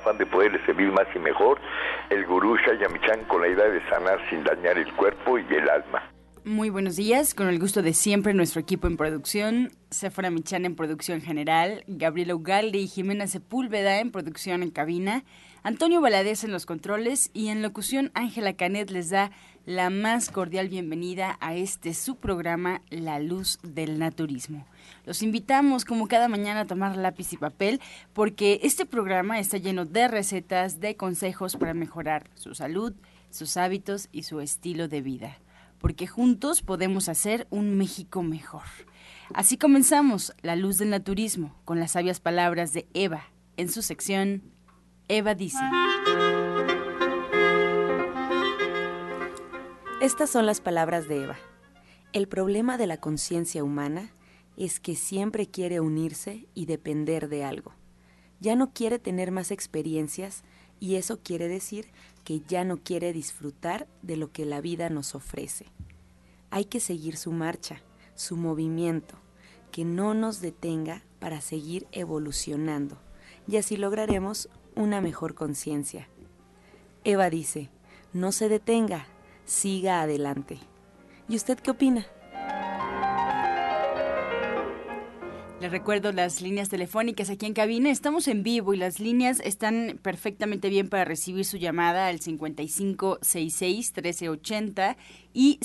afán de poderles servir más y mejor, el gurú Shaya Michan, con la idea de sanar sin dañar el cuerpo y el alma. Muy buenos días, con el gusto de siempre nuestro equipo en producción, Séfora Michan en producción general, Gabriela Ugalde y Jimena Sepúlveda en producción en cabina, Antonio Valadez en los controles y en locución Ángela Canet les da la más cordial bienvenida a su programa La Luz del Naturismo. Los invitamos como cada mañana a tomar lápiz y papel porque este programa está lleno de recetas, de consejos para mejorar su salud, sus hábitos y su estilo de vida. Porque juntos podemos hacer un México mejor. Así comenzamos La Luz del Naturismo con las sabias palabras de Eva en su sección Eva dice. Estas son las palabras de Eva. El problema de la conciencia humana es que siempre quiere unirse y depender de algo. Ya no quiere tener más experiencias y eso quiere decir que ya no quiere disfrutar de lo que la vida nos ofrece. Hay que seguir su marcha, su movimiento, que no nos detenga para seguir evolucionando y así lograremos una mejor conciencia. Eva dice, no se detenga, siga adelante. ¿Y usted qué opina? Les recuerdo las líneas telefónicas aquí en cabina. Estamos en vivo y las líneas están perfectamente bien para recibir su llamada al 5566-1380 y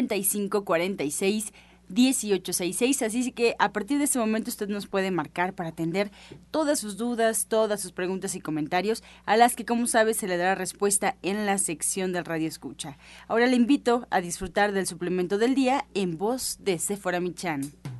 5546-1866. Así que a partir de este momento usted nos puede marcar para atender todas sus dudas, todas sus preguntas y comentarios, a las que, como sabe, se le dará respuesta en la sección del Radio Escucha. Ahora le invito a disfrutar del suplemento del día en voz de Séfora Michan.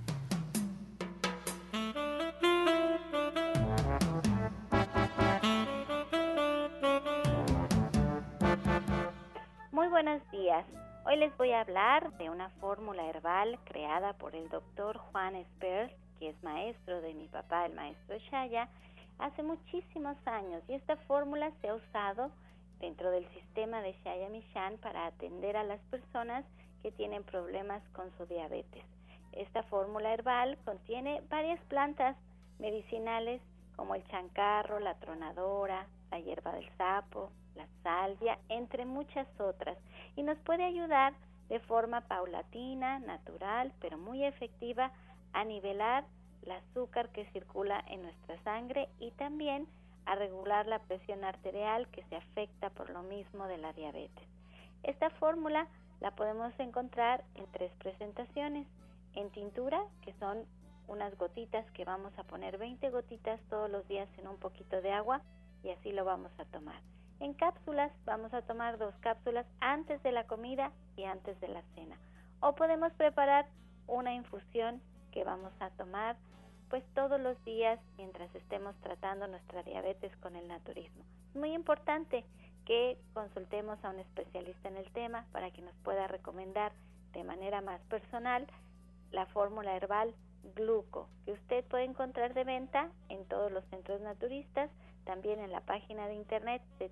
Buenos días. Hoy les voy a hablar de una fórmula herbal creada por el doctor Juan Espers, que es maestro de mi papá, el maestro Shaya, hace muchísimos años. Y esta fórmula se ha usado dentro del sistema de Shaya Michan para atender a las personas que tienen problemas con su diabetes. Esta fórmula herbal contiene varias plantas medicinales como el chancarro, la tronadora, la hierba del sapo, la salvia, entre muchas otras, y nos puede ayudar de forma paulatina, natural, pero muy efectiva a nivelar el azúcar que circula en nuestra sangre y también a regular la presión arterial que se afecta por lo mismo de la diabetes. Esta fórmula la podemos encontrar en 3 presentaciones: en tintura, que son unas gotitas que vamos a poner 20 gotitas todos los días en un poquito de agua y así lo vamos a tomar. En cápsulas, vamos a tomar 2 cápsulas antes de la comida y antes de la cena. O podemos preparar una infusión que vamos a tomar pues todos los días mientras estemos tratando nuestra diabetes con el naturismo. Es muy importante que consultemos a un especialista en el tema para que nos pueda recomendar de manera más personal la fórmula herbal Gluco, que usted puede encontrar de venta en todos los centros naturistas, también en la página de internet de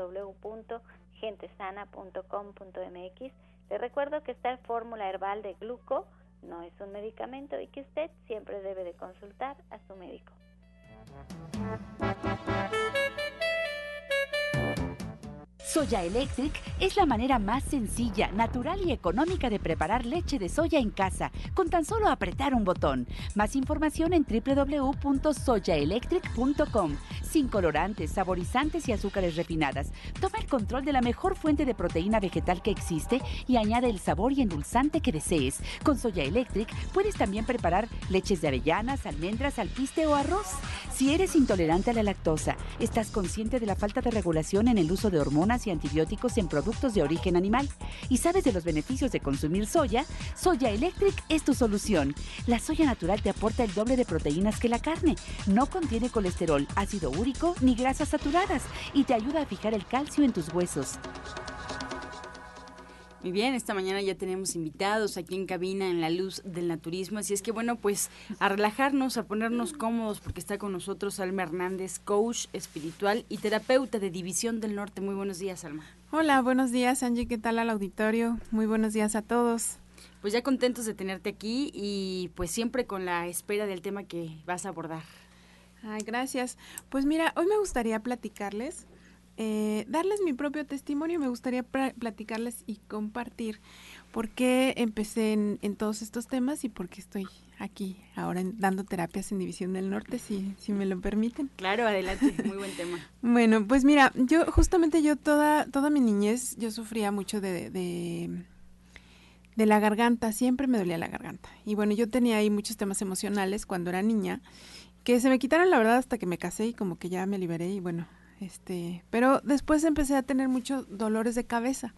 www.gentesana.com.mx. Le recuerdo que esta fórmula herbal de Gluco no es un medicamento y que usted siempre debe de consultar a su médico. Soya Electric es la manera más sencilla, natural y económica de preparar leche de soya en casa, con tan solo apretar un botón. Más información en www.soyaelectric.com. Sin colorantes, saborizantes y azúcares refinadas. Toma el control de la mejor fuente de proteína vegetal que existe y añade el sabor y endulzante que desees. Con Soya Electric puedes también preparar leches de avellanas, almendras, alpiste o arroz. Si eres intolerante a la lactosa, estás consciente de la falta de regulación en el uso de hormonas y antibióticos en productos de origen animal y sabes de los beneficios de consumir soya, Soya Electric es tu solución. La soya natural te aporta el doble de proteínas que la carne, no contiene colesterol, ácido úrico ni grasas saturadas y te ayuda a fijar el calcio en tus huesos. Muy bien, esta mañana ya tenemos invitados aquí en cabina en La Luz del Naturismo, así es que bueno, pues a relajarnos, a ponernos cómodos, porque está con nosotros Alma Hernández, coach espiritual y terapeuta de División del Norte. Muy buenos días, Alma. Hola, buenos días, Angie, ¿qué tal al auditorio? Muy buenos días a todos. Pues ya contentos de tenerte aquí y pues siempre con la espera del tema que vas a abordar. Ay, gracias. Pues mira, hoy me gustaría platicarles, darles mi propio testimonio, me gustaría platicarles y compartir por qué empecé en todos estos temas y por qué estoy aquí ahora dando terapias en División del Norte, si me lo permiten. Claro, adelante, muy buen tema. Bueno, pues mira, yo toda mi niñez yo sufría mucho de la garganta, siempre me dolía la garganta. Y bueno, yo tenía ahí muchos temas emocionales cuando era niña, que se me quitaron la verdad hasta que me casé y como que ya me liberé y bueno, pero después empecé a tener muchos dolores de cabeza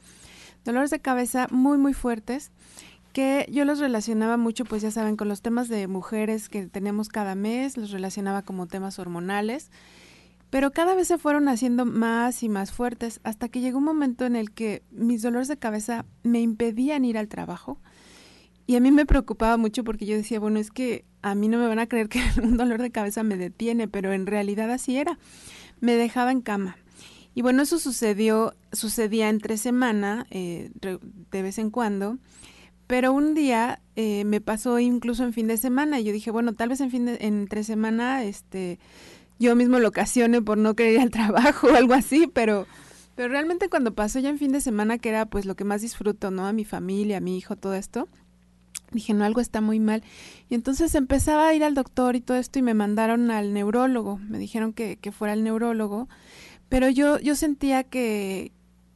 muy, muy fuertes, que yo los relacionaba mucho, pues ya saben, con los temas de mujeres que tenemos cada mes, los relacionaba como temas hormonales, pero cada vez se fueron haciendo más y más fuertes, hasta que llegó un momento en el que mis dolores de cabeza me impedían ir al trabajo, y a mí me preocupaba mucho porque yo decía, bueno, es que a mí no me van a creer que un dolor de cabeza me detiene, pero en realidad así era, me dejaba en cama. Y bueno, eso sucedía entre semana, de vez en cuando, pero un día me pasó incluso en fin de semana, y yo dije, bueno, tal vez entre semana yo mismo lo ocasione por no querer ir al trabajo o algo así, pero realmente cuando pasó ya en fin de semana, que era pues lo que más disfruto, ¿no? A mi familia, a mi hijo, todo esto, dije, no, algo está muy mal. Y entonces empezaba a ir al doctor y todo esto, y me mandaron al neurólogo, me dijeron que fuera al neurólogo, pero yo sentía que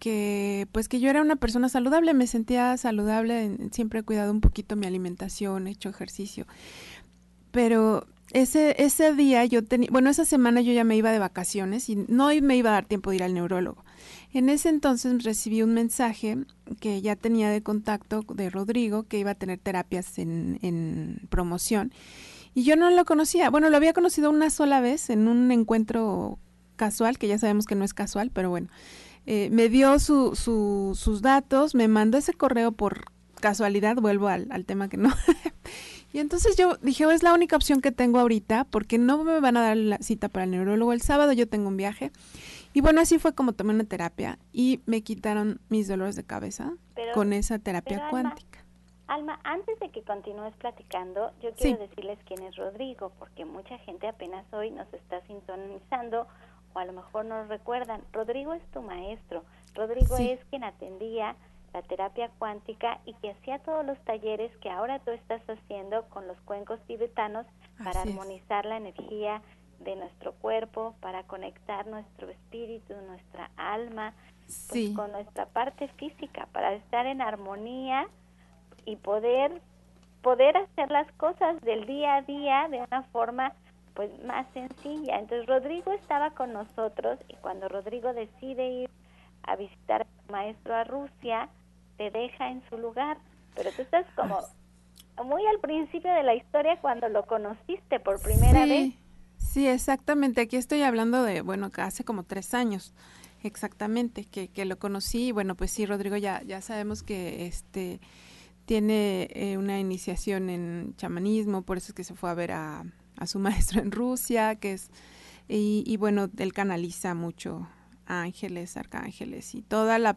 yo era una persona saludable, me sentía saludable, siempre he cuidado un poquito mi alimentación, he hecho ejercicio, pero ese día esa semana yo ya me iba de vacaciones y no me iba a dar tiempo de ir al neurólogo. En ese entonces recibí un mensaje que ya tenía de contacto de Rodrigo, que iba a tener terapias en promoción, y yo no lo conocía. Bueno, lo había conocido una sola vez en un encuentro casual, que ya sabemos que no es casual, pero bueno, me dio sus datos, me mandó ese correo por casualidad, vuelvo al tema que no. Y entonces yo dije, es la única opción que tengo ahorita, porque no me van a dar la cita para el neurólogo el sábado, yo tengo un viaje. Y bueno, así fue como tomé una terapia y me quitaron mis dolores de cabeza con esa terapia cuántica. Alma, antes de que continúes platicando, yo quiero decirles quién es Rodrigo, porque mucha gente apenas hoy nos está sintonizando o a lo mejor no lo recuerdan. Rodrigo es tu maestro. Rodrigo es quien atendía la terapia cuántica y que hacía todos los talleres que ahora tú estás haciendo con los cuencos tibetanos para armonizar la energía de nuestro cuerpo, para conectar nuestro espíritu, nuestra alma, pues, con nuestra parte física, para estar en armonía y poder hacer las cosas del día a día de una forma pues más sencilla. Entonces Rodrigo estaba con nosotros, y cuando Rodrigo decide ir a visitar a su maestro a Rusia, te deja en su lugar, pero tú estás como muy al principio de la historia cuando lo conociste por primera vez. Sí, exactamente. Aquí estoy hablando de, bueno, hace como 3 años, exactamente, que lo conocí. Y bueno, pues sí, Rodrigo ya sabemos que tiene una iniciación en chamanismo, por eso es que se fue a ver a su maestro en Rusia, y bueno, él canaliza mucho ángeles, arcángeles, y toda la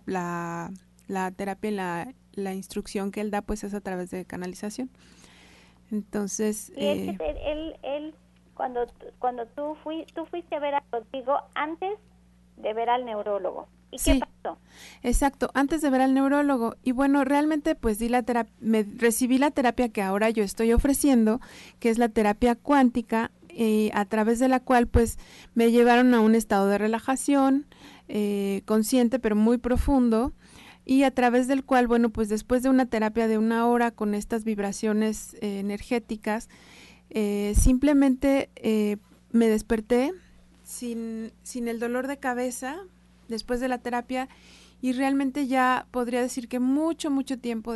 terapia, la instrucción que él da, pues es a través de canalización. Entonces, y él cuando tú fuiste a ver a Rodrigo antes de ver al neurólogo. ¿Y qué pasó? Exacto, antes de ver al neurólogo. Y bueno, realmente pues recibí la terapia que ahora yo estoy ofreciendo, que es la terapia cuántica, a través de la cual pues me llevaron a un estado de relajación consciente pero muy profundo, y a través del cual, bueno, pues después de una terapia de 1 hora con estas vibraciones energéticas, simplemente me desperté sin el dolor de cabeza después de la terapia, y realmente ya podría decir que mucho tiempo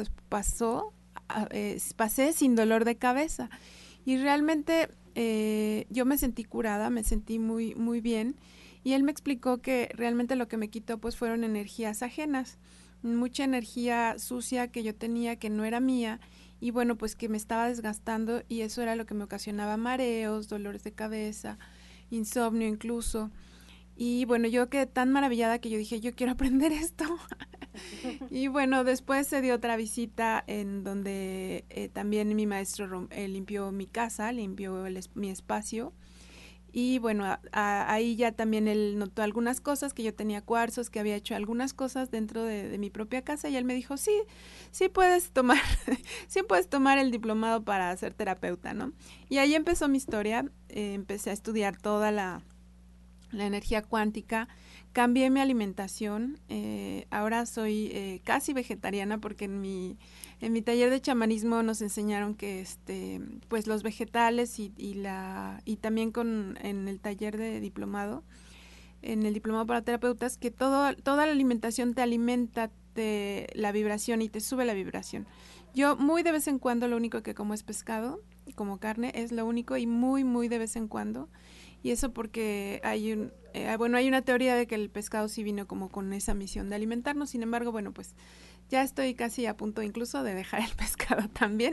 pasé sin dolor de cabeza, y realmente yo me sentí curada, me sentí muy, muy bien, y él me explicó que realmente lo que me quitó pues fueron energías ajenas, mucha energía sucia que yo tenía que no era mía, y bueno, pues que me estaba desgastando, y eso era lo que me ocasionaba mareos, dolores de cabeza, insomnio incluso. Y bueno, yo quedé tan maravillada que yo dije, yo quiero aprender esto. Y bueno, después se dio otra visita en donde también mi maestro limpió mi casa, limpió mi espacio, Y bueno, ahí ya también él notó algunas cosas, que yo tenía cuarzos, que había hecho algunas cosas dentro de mi propia casa, y él me dijo, sí puedes tomar, sí puedes tomar el diplomado para ser terapeuta, ¿no? Y ahí empezó mi historia. Empecé a estudiar toda la energía cuántica, cambié mi alimentación, ahora soy casi vegetariana, porque en mi taller de chamanismo nos enseñaron que pues los vegetales y también en el taller de diplomado, en el diplomado para terapeutas, que toda la alimentación te alimenta la vibración y te sube la vibración. Yo muy de vez en cuando lo único que como es pescado, como carne, es lo único, y muy, muy de vez en cuando. Y eso porque hay una teoría de que el pescado sí vino como con esa misión de alimentarnos. Sin embargo, bueno, pues ya estoy casi a punto incluso de dejar el pescado también.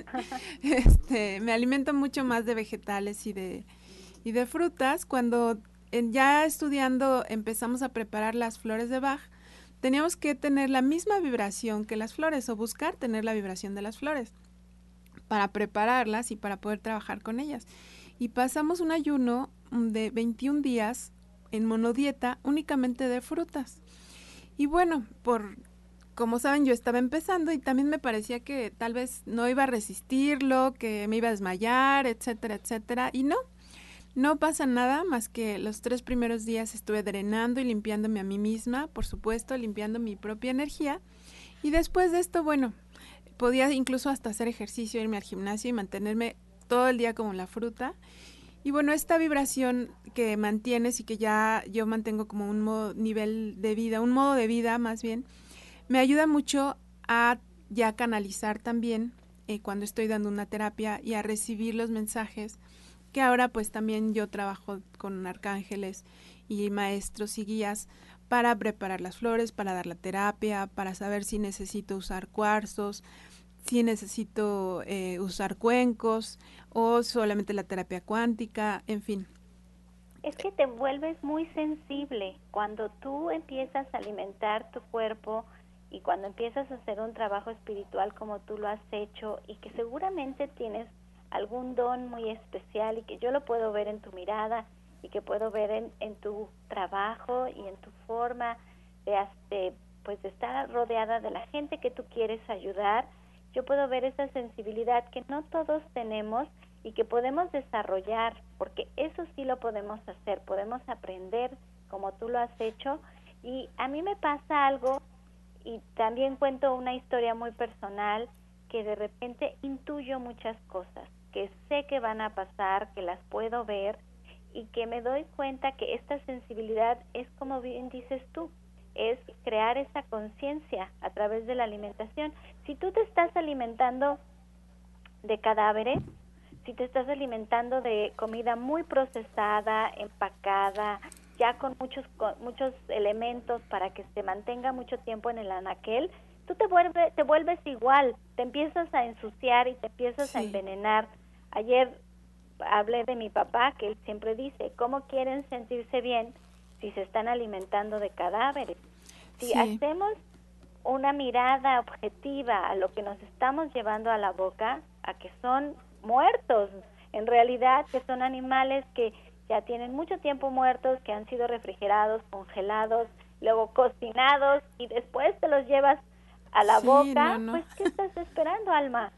Me alimento mucho más de vegetales y de frutas. Cuando ya estudiando empezamos a preparar las flores de Bach, teníamos que tener la misma vibración que las flores, o buscar tener la vibración de las flores para prepararlas y para poder trabajar con ellas. Y pasamos un ayuno de 21 días en monodieta únicamente de frutas. Y bueno, como saben, yo estaba empezando y también me parecía que tal vez no iba a resistirlo, que me iba a desmayar, etcétera, etcétera. Y no pasa nada más que los 3 primeros días estuve drenando y limpiándome a mí misma, por supuesto, limpiando mi propia energía. Y después de esto, bueno, podía incluso hasta hacer ejercicio, irme al gimnasio y mantenerme todo el día como la fruta. Y bueno, esta vibración que mantienes y que ya yo mantengo como un modo de vida más bien, me ayuda mucho a ya canalizar también cuando estoy dando una terapia, y a recibir los mensajes, que ahora pues también yo trabajo con arcángeles y maestros y guías para preparar las flores, para dar la terapia, para saber si necesito usar cuarzos, si necesito usar cuencos o solamente la terapia cuántica, en fin. Es que te vuelves muy sensible cuando tú empiezas a alimentar tu cuerpo y cuando empiezas a hacer un trabajo espiritual como tú lo has hecho, y que seguramente tienes algún don muy especial y que yo lo puedo ver en tu mirada y que puedo ver en tu trabajo y en tu forma de estar rodeada de la gente que tú quieres ayudar. Yo puedo ver esa sensibilidad que no todos tenemos y que podemos desarrollar, porque eso sí lo podemos hacer, podemos aprender como tú lo has hecho. Y a mí me pasa algo, y también cuento una historia muy personal, que de repente intuyo muchas cosas, que sé que van a pasar, que las puedo ver, y que me doy cuenta que esta sensibilidad es, como bien dices tú, es crear esa conciencia a través de la alimentación. Si tú te estás alimentando de cadáveres, si te estás alimentando de comida muy procesada, empacada, ya con muchos elementos para que se mantenga mucho tiempo en el anaquel, tú te vuelves igual, te empiezas a ensuciar y te empiezas a envenenar. Ayer hablé de mi papá, que él siempre dice, ¿cómo quieren sentirse bien si se están alimentando de cadáveres? Si hacemos una mirada objetiva a lo que nos estamos llevando a la boca, a que son muertos, en realidad, que son animales que ya tienen mucho tiempo muertos, que han sido refrigerados, congelados, luego cocinados, y después te los llevas a la boca, pues ¿qué estás esperando, Alma?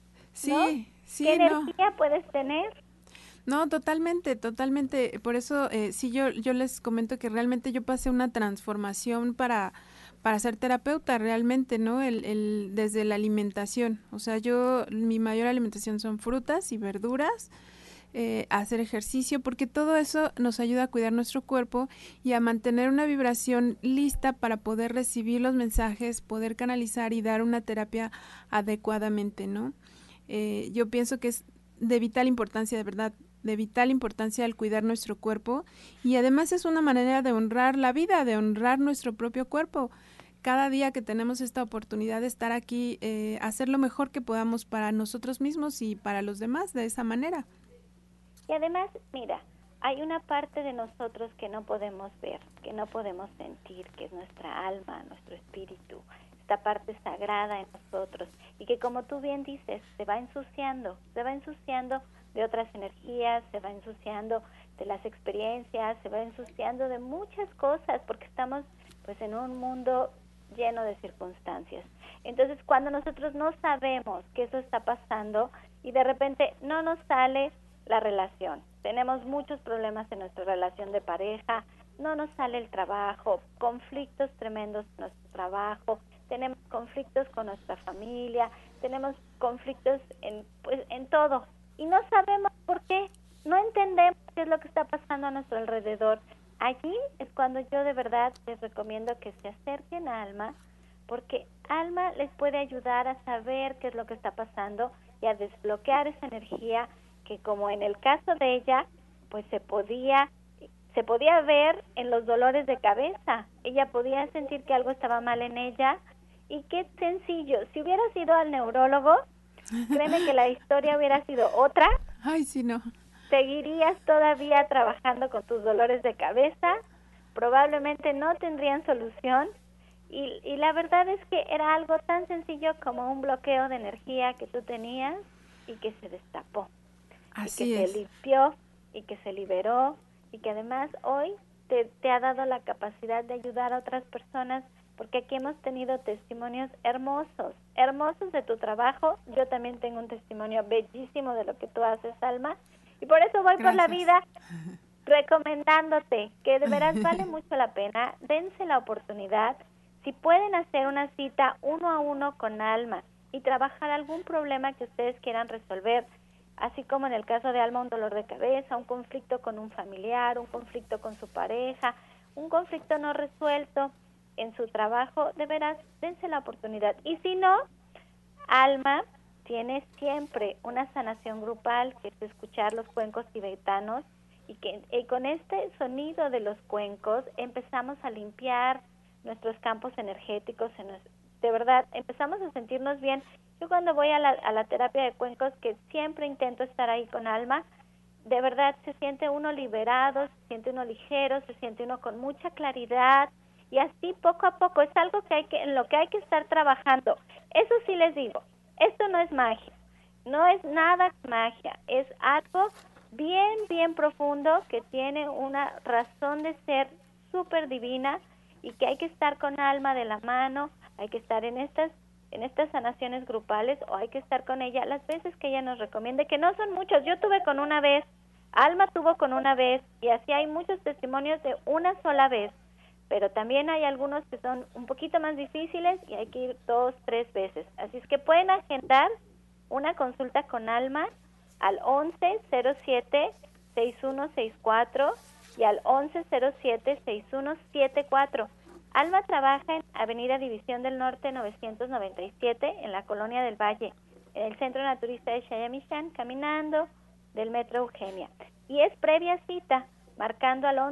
¿Qué energía puedes tener? No, totalmente. Por eso, yo les comento que realmente yo pasé una transformación para ser terapeuta, realmente, ¿no? Desde la alimentación. O sea, mi mayor alimentación son frutas y verduras, hacer ejercicio, porque todo eso nos ayuda a cuidar nuestro cuerpo y a mantener una vibración lista para poder recibir los mensajes, poder canalizar y dar una terapia adecuadamente, ¿no? Yo pienso que es de vital importancia, de verdad, de vital importancia el cuidar nuestro cuerpo, y además es una manera de honrar la vida, de honrar nuestro propio cuerpo. Cada día que tenemos esta oportunidad de estar aquí, hacer lo mejor que podamos para nosotros mismos y para los demás de esa manera. Y además, mira, hay una parte de nosotros que no podemos ver, que no podemos sentir, que es nuestra alma, nuestro espíritu, esta parte sagrada en nosotros, y que, como tú bien dices, se va ensuciando de otras energías, se va ensuciando de las experiencias, se va ensuciando de muchas cosas, porque estamos pues en un mundo lleno de circunstancias. Entonces, cuando nosotros no sabemos que eso está pasando y de repente no nos sale la relación, tenemos muchos problemas en nuestra relación de pareja, no nos sale el trabajo, conflictos tremendos en nuestro trabajo, tenemos conflictos con nuestra familia, tenemos conflictos en todo, y no sabemos por qué, no entendemos qué es lo que está pasando a nuestro alrededor. Allí es cuando yo de verdad les recomiendo que se acerquen a Alma, porque Alma les puede ayudar a saber qué es lo que está pasando y a desbloquear esa energía que, como en el caso de ella, pues se podía ver en los dolores de cabeza. Ella podía sentir que algo estaba mal en ella, y qué sencillo. Si hubieras ido al neurólogo, créeme que la historia hubiera sido otra. Ay, sí, no. Seguirías todavía trabajando con tus dolores de cabeza, probablemente no tendrían solución, y la verdad es que era algo tan sencillo como un bloqueo de energía que tú tenías y que se destapó. Así y que es. se limpió y que se liberó, y que además hoy te ha dado la capacidad de ayudar a otras personas, porque aquí hemos tenido testimonios hermosos de tu trabajo. Yo también tengo un testimonio bellísimo de lo que tú haces, Alma, y por eso voy por la vida recomendándote que de veras vale mucho la pena. Dense la oportunidad. Si pueden hacer una cita 1 a 1 con Alma y trabajar algún problema que ustedes quieran resolver, así como en el caso de Alma, un dolor de cabeza, un conflicto con un familiar, un conflicto con su pareja, un conflicto no resuelto en su trabajo, de veras, dense la oportunidad. Y si no, Alma tiene siempre una sanación grupal, que es escuchar los cuencos tibetanos, y que con este sonido de los cuencos empezamos a limpiar nuestros campos energéticos, de verdad, empezamos a sentirnos bien. Yo cuando voy a la terapia de cuencos, que siempre intento estar ahí con Alma, de verdad se siente uno liberado, se siente uno ligero, se siente uno con mucha claridad, y así poco a poco es algo en lo que hay que estar trabajando. Eso sí les digo, esto no es magia, no es nada magia, es algo bien profundo que tiene una razón de ser súper divina, y que hay que estar con Alma de la mano, hay que estar en estas sanaciones grupales, o hay que estar con ella las veces que ella nos recomiende, que no son muchos. Yo tuve con una vez, Alma tuvo con una vez, y así hay muchos testimonios de una sola vez, pero también hay algunos que son un poquito más difíciles y hay que ir 2, 3 veces. Así es que pueden agendar una consulta con Alma al 1107-6164 y al 1107-6174. Alma trabaja en Avenida División del Norte 997 en la Colonia del Valle, en el Centro Naturista de Xayamixán, caminando del Metro Eugenia. Y es previa cita, marcando al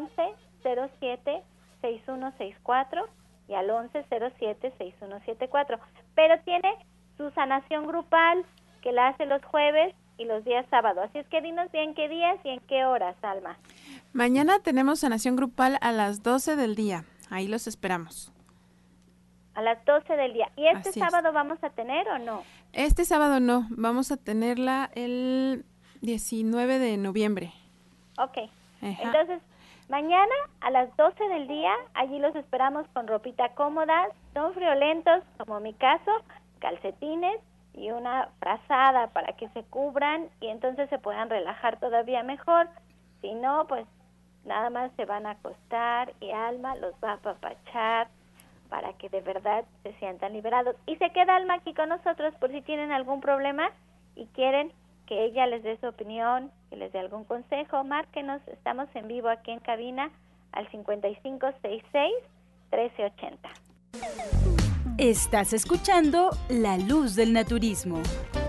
1107-6164 y al 1107-6174. Pero tiene su sanación grupal, que la hace los jueves y los días sábados. Así es que dinos bien qué días y en qué horas, Alma. Mañana tenemos sanación grupal a las 12 del día. Ahí los esperamos. A las 12 del día. ¿Y este Así sábado vamos a tener o no? Este sábado no. Vamos a tenerla el 19 de noviembre. Ok. Ajá. Entonces, mañana a las 12 del día, allí los esperamos con ropita cómoda, no friolentos, como mi caso, calcetines y una frazada para que se cubran y entonces se puedan relajar todavía mejor. Si no, pues nada más se van a acostar y Alma los va a apapachar para que de verdad se sientan liberados. Y se queda Alma aquí con nosotros por si tienen algún problema y quieren que ella les dé su opinión, que les dé algún consejo. Márquenos, estamos en vivo aquí en cabina al 5566-1380. Estás escuchando La Luz del Naturismo.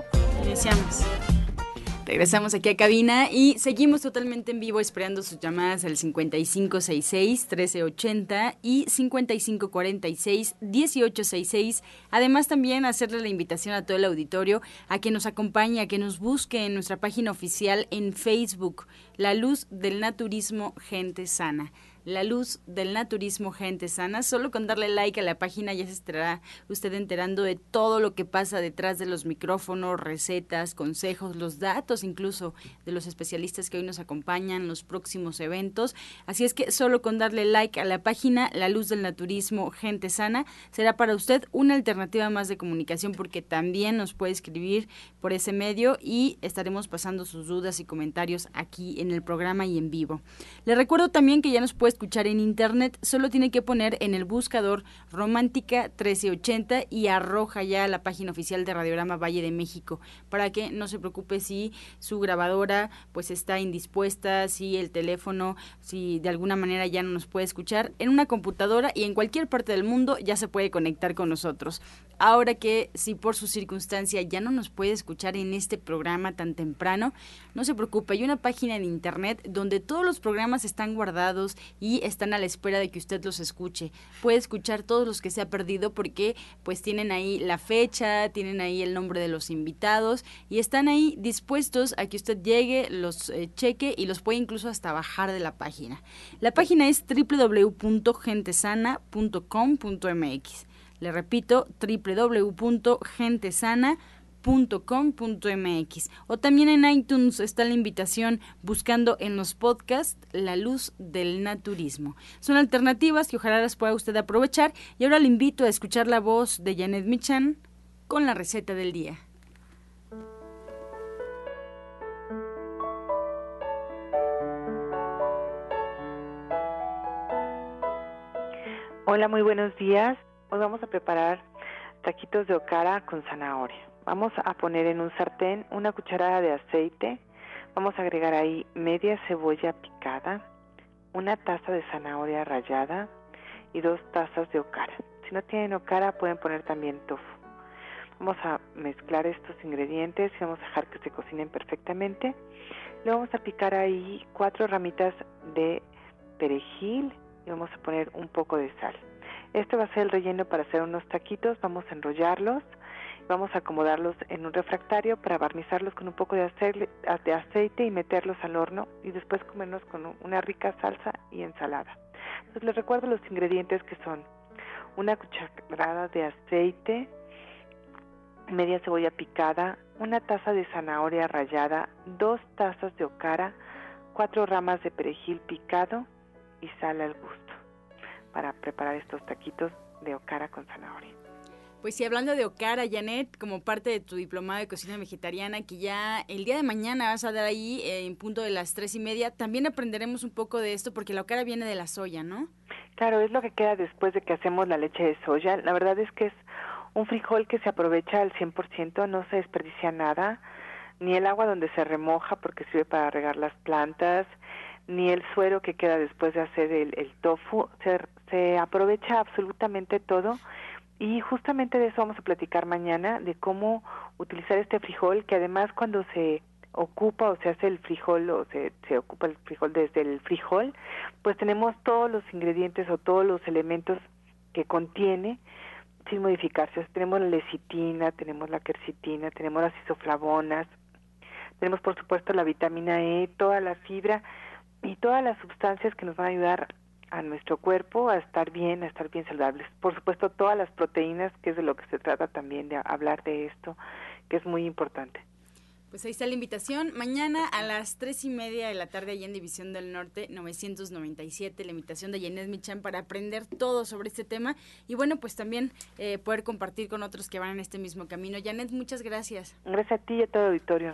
Regresamos aquí a cabina y seguimos totalmente en vivo esperando sus llamadas al 5566-1380 y 5546-1866. Además también hacerle la invitación a todo el auditorio a que nos acompañe, a que nos busque en nuestra página oficial en Facebook, La Luz del Naturismo Gente Sana. La Luz del Naturismo Gente Sana. Solo con darle like a la página ya se estará usted enterando de todo lo que pasa detrás de los micrófonos, recetas, consejos, los datos incluso de los especialistas que hoy nos acompañan, los próximos eventos. Así es que solo con darle like a la página La Luz del Naturismo Gente Sana será para usted una alternativa más de comunicación, porque también nos puede escribir por ese medio y estaremos pasando sus dudas y comentarios aquí en el programa y en vivo. Le recuerdo también que ya nos puede escuchar en internet, solo tiene que poner en el buscador Romántica 1380 y arroja ya la página oficial de Radiograma Valle de México, para que no se preocupe si su grabadora pues está indispuesta, si el teléfono, si de alguna manera ya no nos puede escuchar. En una computadora y en cualquier parte del mundo ya se puede conectar con nosotros. Ahora que si por su circunstancia ya no nos puede escuchar en este programa tan temprano, no se preocupe, hay una página en internet donde todos los programas están guardados y están a la espera de que usted los escuche. Puede escuchar todos los que se ha perdido porque pues tienen ahí la fecha, tienen ahí el nombre de los invitados y están ahí dispuestos a que usted llegue, los cheque y los puede incluso hasta bajar de la página. La página es www.gentesana.com.mx. Le repito, www.gentesana.com.mx. O también en iTunes está la invitación buscando en los podcasts La Luz del Naturismo. Son alternativas que ojalá las pueda usted aprovechar. Y ahora le invito a escuchar la voz de Janet Michan con la receta del día. Hola, muy buenos días. Hoy vamos a preparar taquitos de okara con zanahoria. Vamos a poner en un sartén una cucharada de aceite. Vamos a agregar ahí media cebolla picada, una taza de zanahoria rallada y 2 tazas de okara. Si no tienen okara, pueden poner también tofu. Vamos a mezclar estos ingredientes y vamos a dejar que se cocinen perfectamente. Le vamos a picar ahí 4 ramitas de perejil y vamos a poner un poco de sal. Este va a ser el relleno para hacer unos taquitos. Vamos a enrollarlos, vamos a acomodarlos en un refractario para barnizarlos con un poco de aceite y meterlos al horno y después comernos con una rica salsa y ensalada. Entonces les recuerdo los ingredientes que son una cucharada de aceite, media cebolla picada, una taza de zanahoria rallada, 2 tazas de okara, 4 ramas de perejil picado y sal al gusto para preparar estos taquitos de okara con zanahoria. Pues sí, hablando de okara, Janet, como parte de tu diplomado de cocina vegetariana, que ya el día de mañana vas a dar ahí en punto de las 3:30, también aprenderemos un poco de esto porque la okara viene de la soya, ¿no? Claro, es lo que queda después de que hacemos la leche de soya. La verdad es que es un frijol que se aprovecha al 100%, no se desperdicia nada, ni el agua donde se remoja porque sirve para regar las plantas, ni el suero que queda después de hacer el tofu, se aprovecha absolutamente todo. Y justamente de eso vamos a platicar mañana, de cómo utilizar este frijol, que además cuando se ocupa o se hace el frijol o se ocupa el frijol desde el frijol, pues tenemos todos los ingredientes o todos los elementos que contiene sin modificarse. O sea, tenemos la lecitina, tenemos la quercitina, tenemos las isoflavonas, tenemos por supuesto la vitamina E, toda la fibra y todas las sustancias que nos van a ayudar a nuestro cuerpo a estar bien saludables. Por supuesto, todas las proteínas, que es de lo que se trata también, de hablar de esto, que es muy importante. Pues ahí está la invitación. Mañana a las 3:30 de la tarde, allá en División del Norte, 997, la invitación de Janet Michan para aprender todo sobre este tema y bueno, pues también poder compartir con otros que van en este mismo camino. Janet, muchas gracias. Gracias a ti y a todo el auditorio.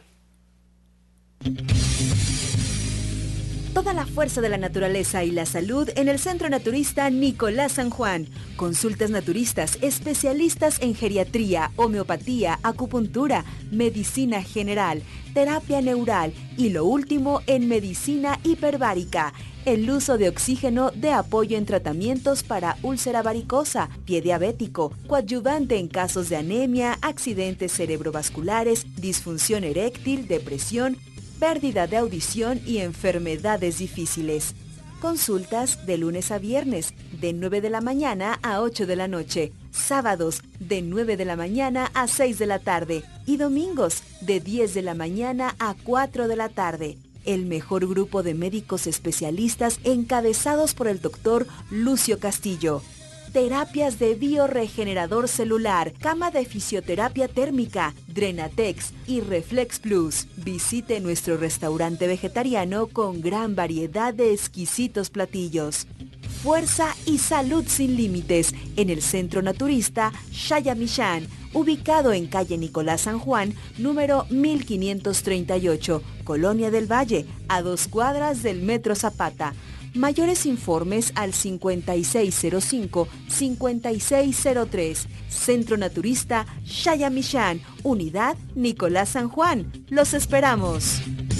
Toda la fuerza de la naturaleza y la salud en el Centro Naturista Nicolás San Juan. Consultas naturistas, especialistas en geriatría, homeopatía, acupuntura, medicina general, terapia neural y lo último en medicina hiperbárica. El uso de oxígeno de apoyo en tratamientos para úlcera varicosa, pie diabético, coadyuvante en casos de anemia, accidentes cerebrovasculares, disfunción eréctil, depresión, pérdida de audición y enfermedades difíciles. Consultas de lunes a viernes, de 9 de la mañana a 8 de la noche. Sábados, de 9 de la mañana a 6 de la tarde. Y domingos, de 10 de la mañana a 4 de la tarde. el mejor grupo de médicos especialistas encabezados por el doctor Lucio Castillo. Terapias de bioregenerador celular, cama de fisioterapia térmica, Drenatex y Reflex Plus. Visite nuestro restaurante vegetariano con gran variedad de exquisitos platillos. Fuerza y salud sin límites en el Centro Naturista Xayamixán, ubicado en calle Nicolás San Juan, número 1538, Colonia del Valle, a 2 cuadras del Metro Zapata. Mayores informes al 5605-5603. Centro Naturista Xayamixán, Unidad Nicolás San Juan. ¡Los esperamos!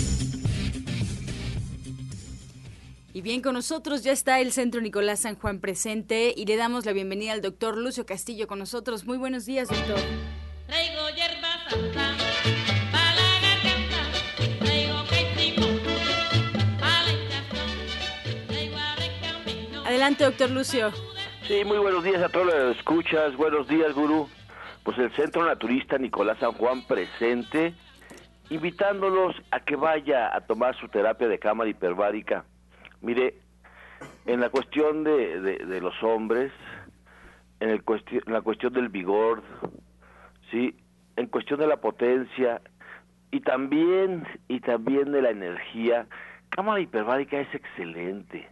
Y bien, con nosotros ya está el Centro Nicolás San Juan presente y le damos la bienvenida al doctor Lucio Castillo con nosotros. Muy buenos días, doctor. Traigo hierba santa para la garganta, traigo caicimo para la hinchazón, traigo arrecamino. Adelante, doctor Lucio. Sí, muy buenos días a todos los que escuchas. Buenos días, gurú. Pues el Centro Naturista Nicolás San Juan presente, invitándolos a que vaya a tomar su terapia de cámara hiperbárica. Mire, en la cuestión de los hombres, en la cuestión del vigor, ¿sí? En cuestión de la potencia y también de la energía, cámara hiperbárica es excelente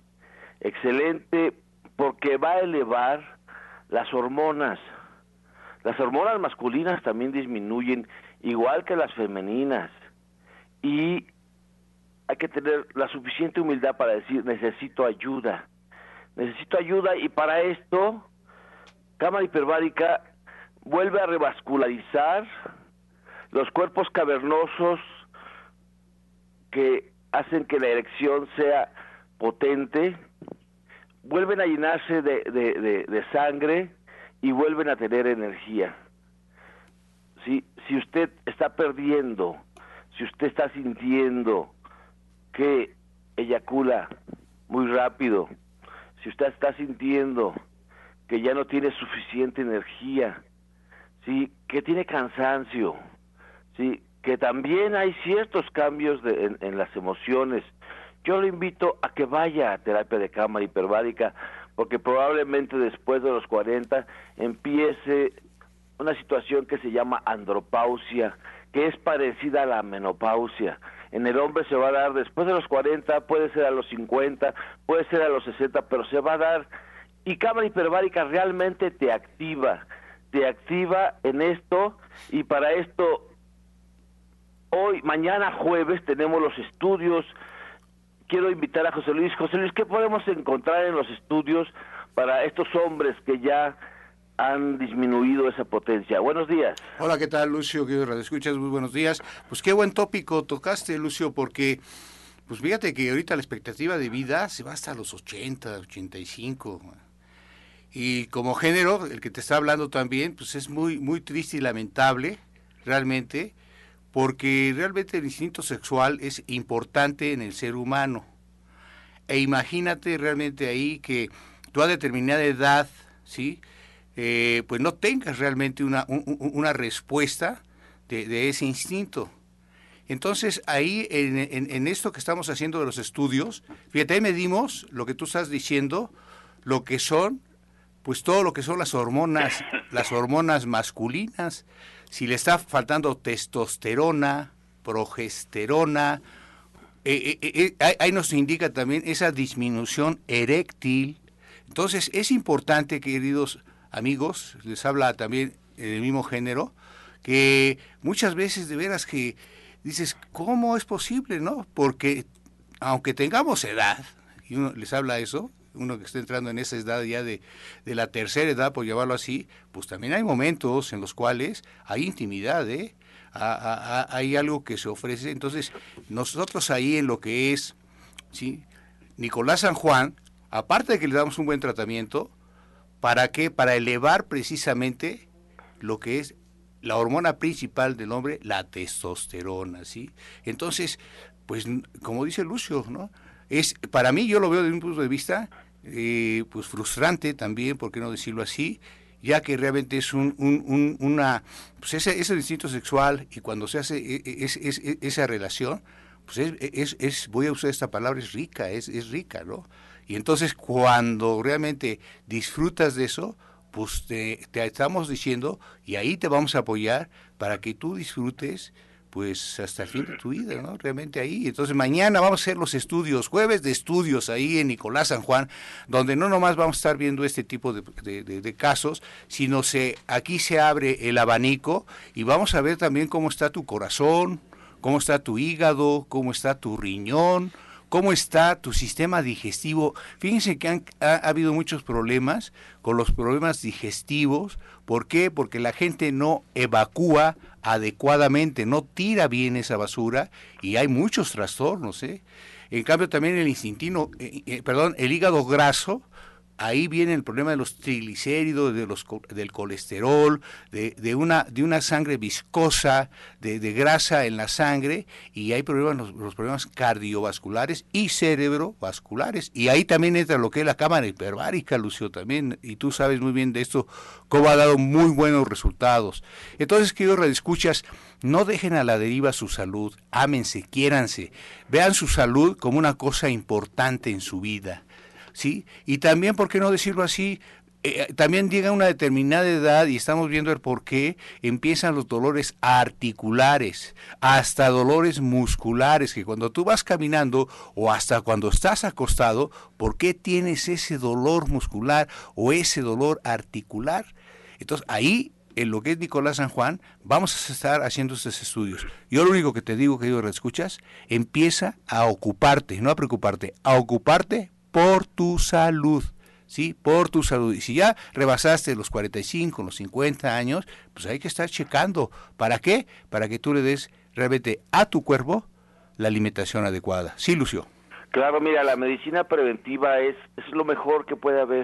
porque va a elevar las hormonas. Las hormonas masculinas también disminuyen, igual que las femeninas, y hay que tener la suficiente humildad para decir, necesito ayuda, y para esto, cámara hiperbárica vuelve a revascularizar los cuerpos cavernosos que hacen que la erección sea potente, vuelven a llenarse de sangre y vuelven a tener energía. Si usted está perdiendo, si usted está sintiendo que eyacula muy rápido, si usted está sintiendo que ya no tiene suficiente energía, sí, que tiene cansancio, sí, que también hay ciertos cambios en las emociones, yo le invito a que vaya a terapia de cámara hiperbárica, porque probablemente después de los 40 empiece una situación que se llama andropausia, que es parecida a la menopausia. En el hombre se va a dar después de los 40, puede ser a los 50, puede ser a los 60, pero se va a dar. Y cámara hiperbárica realmente te activa en esto, y para esto, mañana jueves tenemos los estudios. Quiero invitar a José Luis. José Luis, ¿qué podemos encontrar en los estudios para estos hombres que ya han disminuido esa potencia? Buenos días. Hola, ¿qué tal, Lucio? ¿Qué radioescuchas? Muy buenos días. Pues qué buen tópico tocaste, Lucio, porque pues fíjate que ahorita la expectativa de vida se va hasta los 80, 85. Y como género, el que te está hablando también, pues es muy, muy triste y lamentable, realmente, porque realmente el instinto sexual es importante en el ser humano. E imagínate realmente ahí que tú a determinada edad, ¿sí?, pues no tengas realmente una respuesta de ese instinto. Entonces ahí en esto que estamos haciendo de los estudios, fíjate, ahí medimos lo que tú estás diciendo, lo que son, pues todo lo que son las hormonas masculinas, si le está faltando testosterona, progesterona, ahí nos indica también esa disminución eréctil. Entonces es importante, queridos amigos, les habla también del mismo género, que muchas veces de veras que dices, ¿cómo es posible, no? Porque aunque tengamos edad, y uno les habla eso, uno que está entrando en esa edad ya de la tercera edad, por llamarlo así, pues también hay momentos en los cuales hay intimidad, hay algo que se ofrece. Entonces, nosotros ahí en lo que es, ¿sí?, Nicolás San Juan, aparte de que le damos un buen tratamiento, ¿para qué? Para elevar precisamente lo que es la hormona principal del hombre, la testosterona, ¿sí? Entonces, pues, como dice Lucio, ¿no?, para mí, yo lo veo desde un punto de vista pues frustrante también, por qué no decirlo así, ya que realmente es pues ese instinto sexual, y cuando se hace esa relación, pues voy a usar esta palabra, es rica, es rica, ¿no? Y entonces cuando realmente disfrutas de eso, pues te estamos diciendo, y ahí te vamos a apoyar para que tú disfrutes pues hasta el fin de tu vida, ¿no? Realmente ahí. Entonces mañana vamos a hacer los estudios, jueves de estudios ahí en Nicolás San Juan, donde no nomás vamos a estar viendo este tipo de casos, sino aquí se abre el abanico y vamos a ver también cómo está tu corazón, cómo está tu hígado, cómo está tu riñón, cómo está tu sistema digestivo. Fíjense que ha habido muchos problemas con los problemas digestivos. ¿Por qué? Porque la gente no evacúa adecuadamente, no tira bien esa basura y hay muchos trastornos, ¿eh? En cambio también el el hígado graso, ahí viene el problema de los triglicéridos, del colesterol, de una sangre viscosa, de grasa en la sangre, y hay problemas, los problemas cardiovasculares y cerebrovasculares. Y ahí también entra lo que es la cámara hiperbárica, Lucio, también, y tú sabes muy bien de esto, cómo ha dado muy buenos resultados. Entonces, queridos radioescuchas, no dejen a la deriva su salud, ámense, quiéranse, vean su salud como una cosa importante en su vida. ¿Sí? Y también, ¿por qué no decirlo así? También llega una determinada edad y estamos viendo el por qué empiezan los dolores articulares, hasta dolores musculares, que cuando tú vas caminando o hasta cuando estás acostado, ¿por qué tienes ese dolor muscular o ese dolor articular? Entonces ahí, en lo que es Nicolás San Juan, vamos a estar haciendo estos estudios. Yo lo único que te digo, querido escuchas, empieza a ocuparte, no a preocuparte, a ocuparte por tu salud, ¿sí? Por tu salud. Y si ya rebasaste los 45, los 50 años, pues hay que estar checando. ¿Para qué? Para que tú le des realmente a tu cuerpo la alimentación adecuada. Sí, Lucio. Claro, mira, la medicina preventiva es lo mejor que puede haber.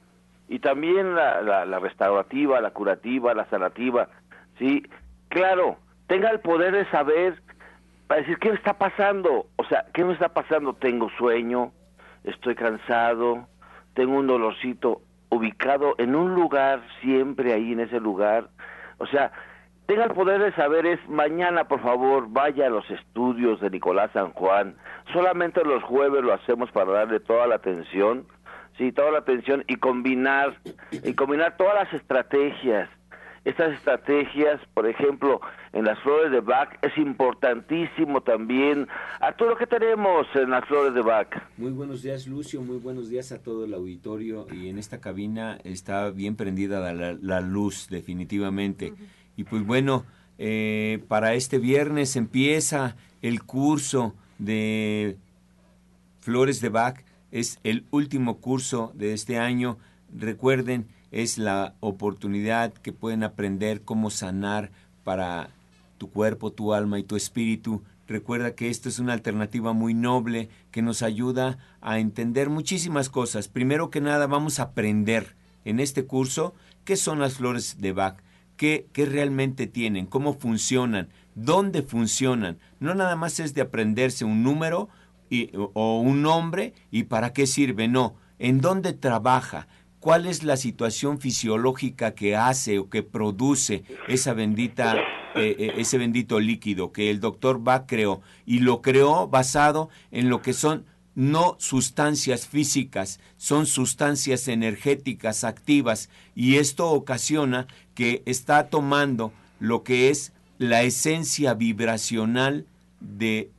Y también la restaurativa, la curativa, la sanativa, ¿sí? Claro, tenga el poder de saber, para decir, ¿qué me está pasando? O sea, ¿qué me está pasando? Tengo sueño, estoy cansado, tengo un dolorcito, ubicado en un lugar, siempre ahí en ese lugar. O sea, tenga el poder de saber, mañana, por favor, vaya a los estudios de Nicolás San Juan. Solamente los jueves lo hacemos para darle toda la atención, sí, toda la atención y combinar todas las estrategias. Estas estrategias, por ejemplo, en las flores de Bach, es importantísimo también. Arturo, ¿qué tenemos en las flores de Bach? Muy buenos días, Lucio, muy buenos días a todo el auditorio. Y en esta cabina está bien prendida la luz, definitivamente. Y pues bueno, para este viernes empieza el curso de flores de Bach. Es el último curso de este año. Recuerden, es la oportunidad que pueden aprender cómo sanar para tu cuerpo, tu alma y tu espíritu. Recuerda que esto es una alternativa muy noble que nos ayuda a entender muchísimas cosas. Primero que nada, vamos a aprender en este curso qué son las flores de Bach, qué realmente tienen, cómo funcionan, dónde funcionan. No nada más es de aprenderse un número o un nombre y para qué sirve, no. En dónde trabaja, cuál es la situación fisiológica que hace o que produce ese bendito líquido que el doctor Bach creó, y lo creó basado en lo que son no sustancias físicas, son sustancias energéticas activas, y esto ocasiona que está tomando lo que es la esencia vibracional de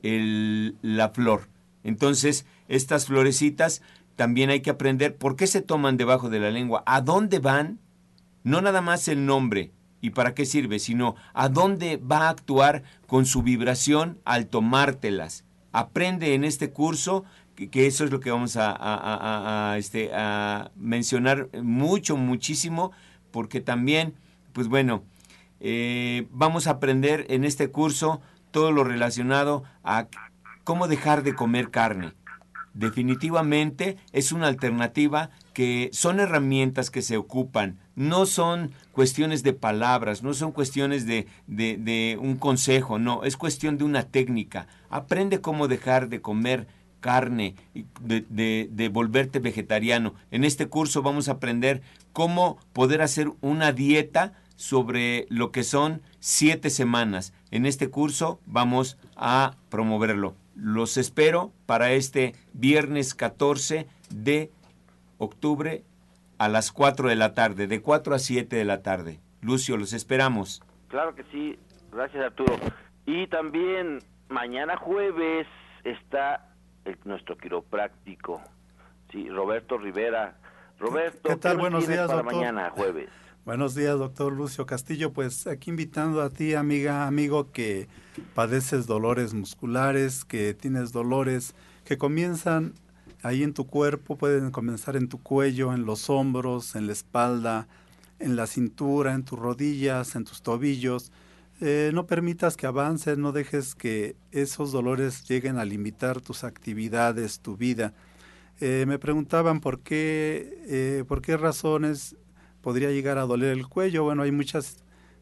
la flor. Entonces, estas florecitas también hay que aprender por qué se toman debajo de la lengua, a dónde van, no nada más el nombre y para qué sirve, sino a dónde va a actuar con su vibración al tomártelas. Aprende en este curso, que eso es lo que vamos a mencionar muchísimo, porque también, pues bueno, vamos a aprender en este curso todo lo relacionado a cómo dejar de comer carne. Definitivamente es una alternativa, que son herramientas que se ocupan, no son cuestiones de palabras, no son cuestiones de un consejo, no, es cuestión de una técnica. Aprende cómo dejar de comer carne, de volverte vegetariano. En este curso vamos a aprender cómo poder hacer una dieta sobre lo que son 7 semanas. En este curso vamos a promoverlo. Los espero para este viernes 14 de octubre a las 4 de la tarde, de 4 a 7 de la tarde. Lucio, los esperamos. Claro que sí, gracias Arturo. Y también mañana jueves está nuestro quiropráctico, sí, Roberto Rivera. Roberto, ¿qué tal? nos Buenos tienes días, para doctor. mañana jueves? Buenos días, doctor Lucio Castillo. Pues aquí invitando a ti, amiga, amigo, que padeces dolores musculares, que tienes dolores que comienzan ahí en tu cuerpo, pueden comenzar en tu cuello, en los hombros, en la espalda, en la cintura, en tus rodillas, en tus tobillos. No permitas que avancen, no dejes que esos dolores lleguen a limitar tus actividades, tu vida. Me preguntaban por qué razones podría llegar a doler el cuello. Bueno, hay muchas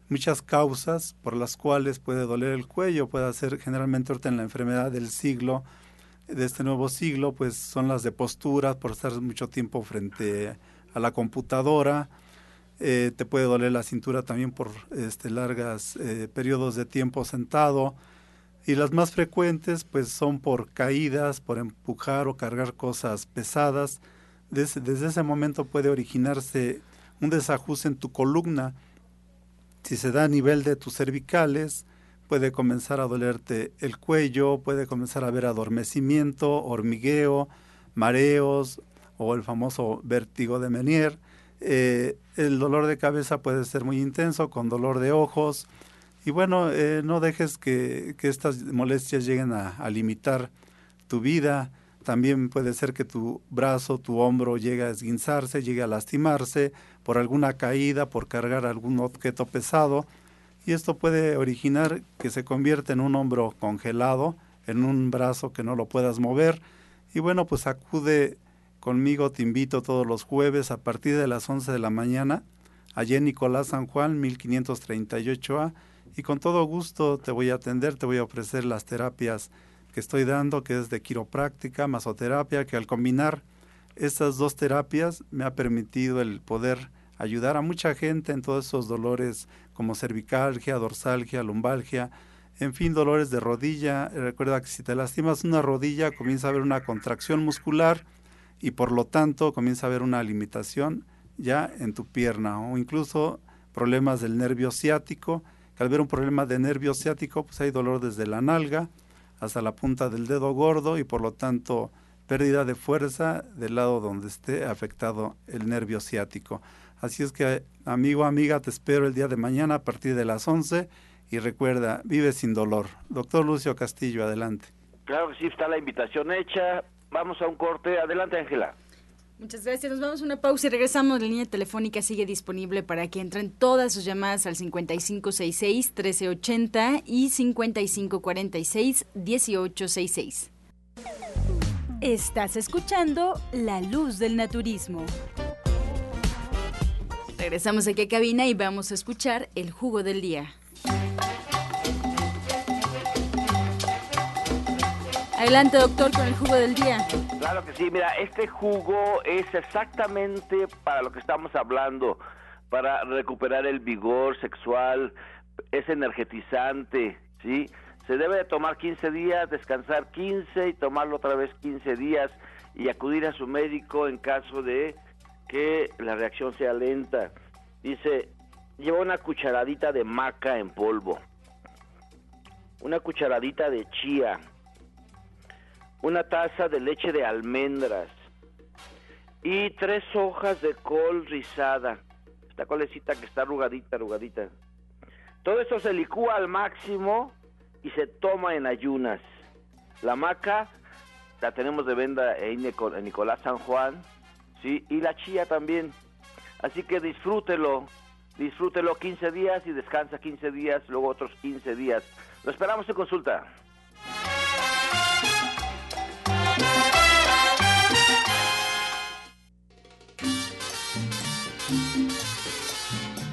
causas por las cuales puede doler el cuello. Puede ser generalmente ahorita en la enfermedad del siglo, de este nuevo siglo, pues son las de postura, por estar mucho tiempo frente a la computadora. Te puede doler la cintura también por largas periodos de tiempo sentado. Y las más frecuentes pues son por caídas, por empujar o cargar cosas pesadas. Desde ese momento puede originarse un desajuste en tu columna. Si se da a nivel de tus cervicales, puede comenzar a dolerte el cuello, puede comenzar a haber adormecimiento, hormigueo, mareos o el famoso vértigo de Meniere. El dolor de cabeza puede ser muy intenso, con dolor de ojos. Y bueno, no dejes que estas molestias lleguen a limitar tu vida. También puede ser que tu brazo, tu hombro llegue a esguinzarse, llegue a lastimarse por alguna caída, por cargar algún objeto pesado. Y esto puede originar que se convierta en un hombro congelado, en un brazo que no lo puedas mover. Y bueno, pues acude conmigo, te invito todos los jueves a partir de las 11 de la mañana, allí en Nicolás San Juan, 1538A, y con todo gusto te voy a atender, te voy a ofrecer las terapias que estoy dando, que es de quiropráctica, masoterapia, que al combinar estas dos terapias me ha permitido el poder ayudar a mucha gente en todos esos dolores como cervicalgia, dorsalgia, lumbalgia, en fin, dolores de rodilla. Recuerda que si te lastimas una rodilla comienza a haber una contracción muscular y por lo tanto comienza a haber una limitación ya en tu pierna, o incluso problemas del nervio ciático. Al ver un problema de nervio ciático, pues hay dolor desde la nalga hasta la punta del dedo gordo y por lo tanto pérdida de fuerza del lado donde esté afectado el nervio ciático. Así es que, amigo, amiga, te espero el día de mañana a partir de las 11 y recuerda, vive sin dolor. Doctor Lucio Castillo, adelante. Claro que sí, está la invitación hecha. Vamos a un corte. Adelante, Ángela. Muchas gracias. Nos vamos a una pausa y regresamos. La línea telefónica sigue disponible para que entren todas sus llamadas al 5566-1380 y 5546-1866. Estás escuchando La Luz del Naturismo. Regresamos aquí a cabina y vamos a escuchar el jugo del día. Adelante, doctor, con el jugo del día. Claro que sí, mira, este jugo es exactamente para lo que estamos hablando, para recuperar el vigor sexual, es energetizante, ¿sí? Se debe de tomar 15 días, descansar 15 y tomarlo otra vez 15 días y acudir a su médico en caso de que la reacción sea lenta. Dice, lleva una cucharadita de maca en polvo, una cucharadita de chía, una taza de leche de almendras y 3 hojas de col rizada. Esta colecita que está arrugadita. Todo esto se licúa al máximo y se toma en ayunas. La maca la tenemos de venta en Nicolás San Juan, ¿sí? Y la chía también. Así que disfrútelo 15 días y descansa 15 días, luego otros 15 días. Lo esperamos en consulta.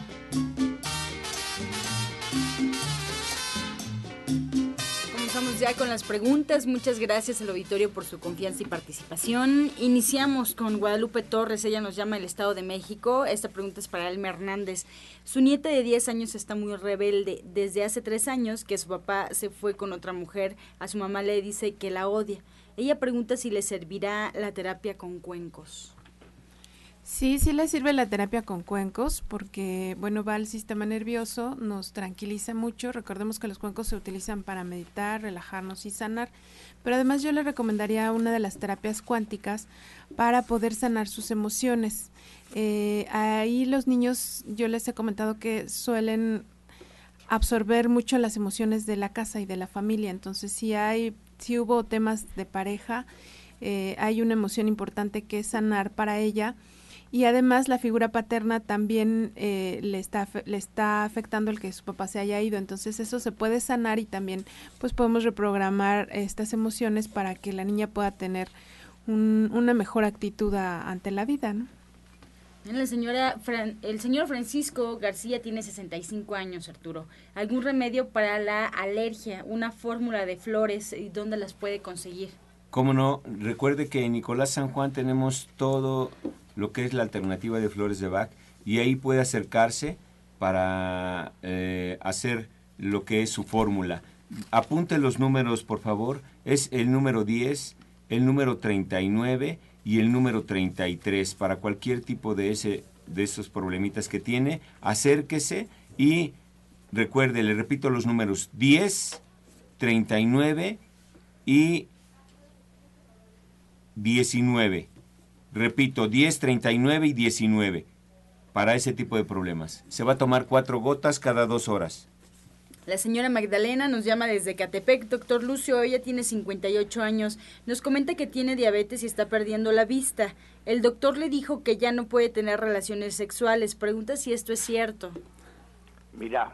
Ya ya con las preguntas. Muchas gracias al auditorio por su confianza y participación. Iniciamos con Guadalupe Torres, ella nos llama del Estado de México. Esta pregunta es para Elma Hernández. Su nieta de 10 años está muy rebelde. Desde hace 3 años que su papá se fue con otra mujer, a su mamá le dice que la odia. Ella pregunta si le servirá la terapia con cuencos. Sí, sí le sirve la terapia con cuencos porque, bueno, va al sistema nervioso, nos tranquiliza mucho. Recordemos que los cuencos se utilizan para meditar, relajarnos y sanar, pero además yo le recomendaría una de las terapias cuánticas para poder sanar sus emociones. Ahí los niños, yo les he comentado que suelen absorber mucho las emociones de la casa y de la familia, entonces si hubo temas de pareja, hay una emoción importante que es sanar para ella. Y además la figura paterna también le está afectando el que su papá se haya ido, entonces eso se puede sanar y también pues podemos reprogramar estas emociones para que la niña pueda tener una mejor actitud ante la vida, ¿no? El señor Francisco García tiene 65 años, Arturo. ¿Algún remedio para la alergia? ¿Una fórmula de flores y dónde las puede conseguir? Cómo no, recuerde que en Nicolás San Juan tenemos todo lo que es la alternativa de flores de Bach y ahí puede acercarse para hacer lo que es su fórmula. Apunte los números, por favor. Es el número 10, el número 39 y el número 33. Para cualquier tipo de esos problemitas que tiene, acérquese y recuerde, le repito los números 10, 39 y 19. Repito, 10, 39 y 19 para ese tipo de problemas. Se va a tomar 4 gotas cada 2 horas. La señora Magdalena nos llama desde Catepec. Doctor Lucio, ella tiene 58 años. Nos comenta que tiene diabetes y está perdiendo la vista. El doctor le dijo que ya no puede tener relaciones sexuales. Pregunta si esto es cierto. Mira,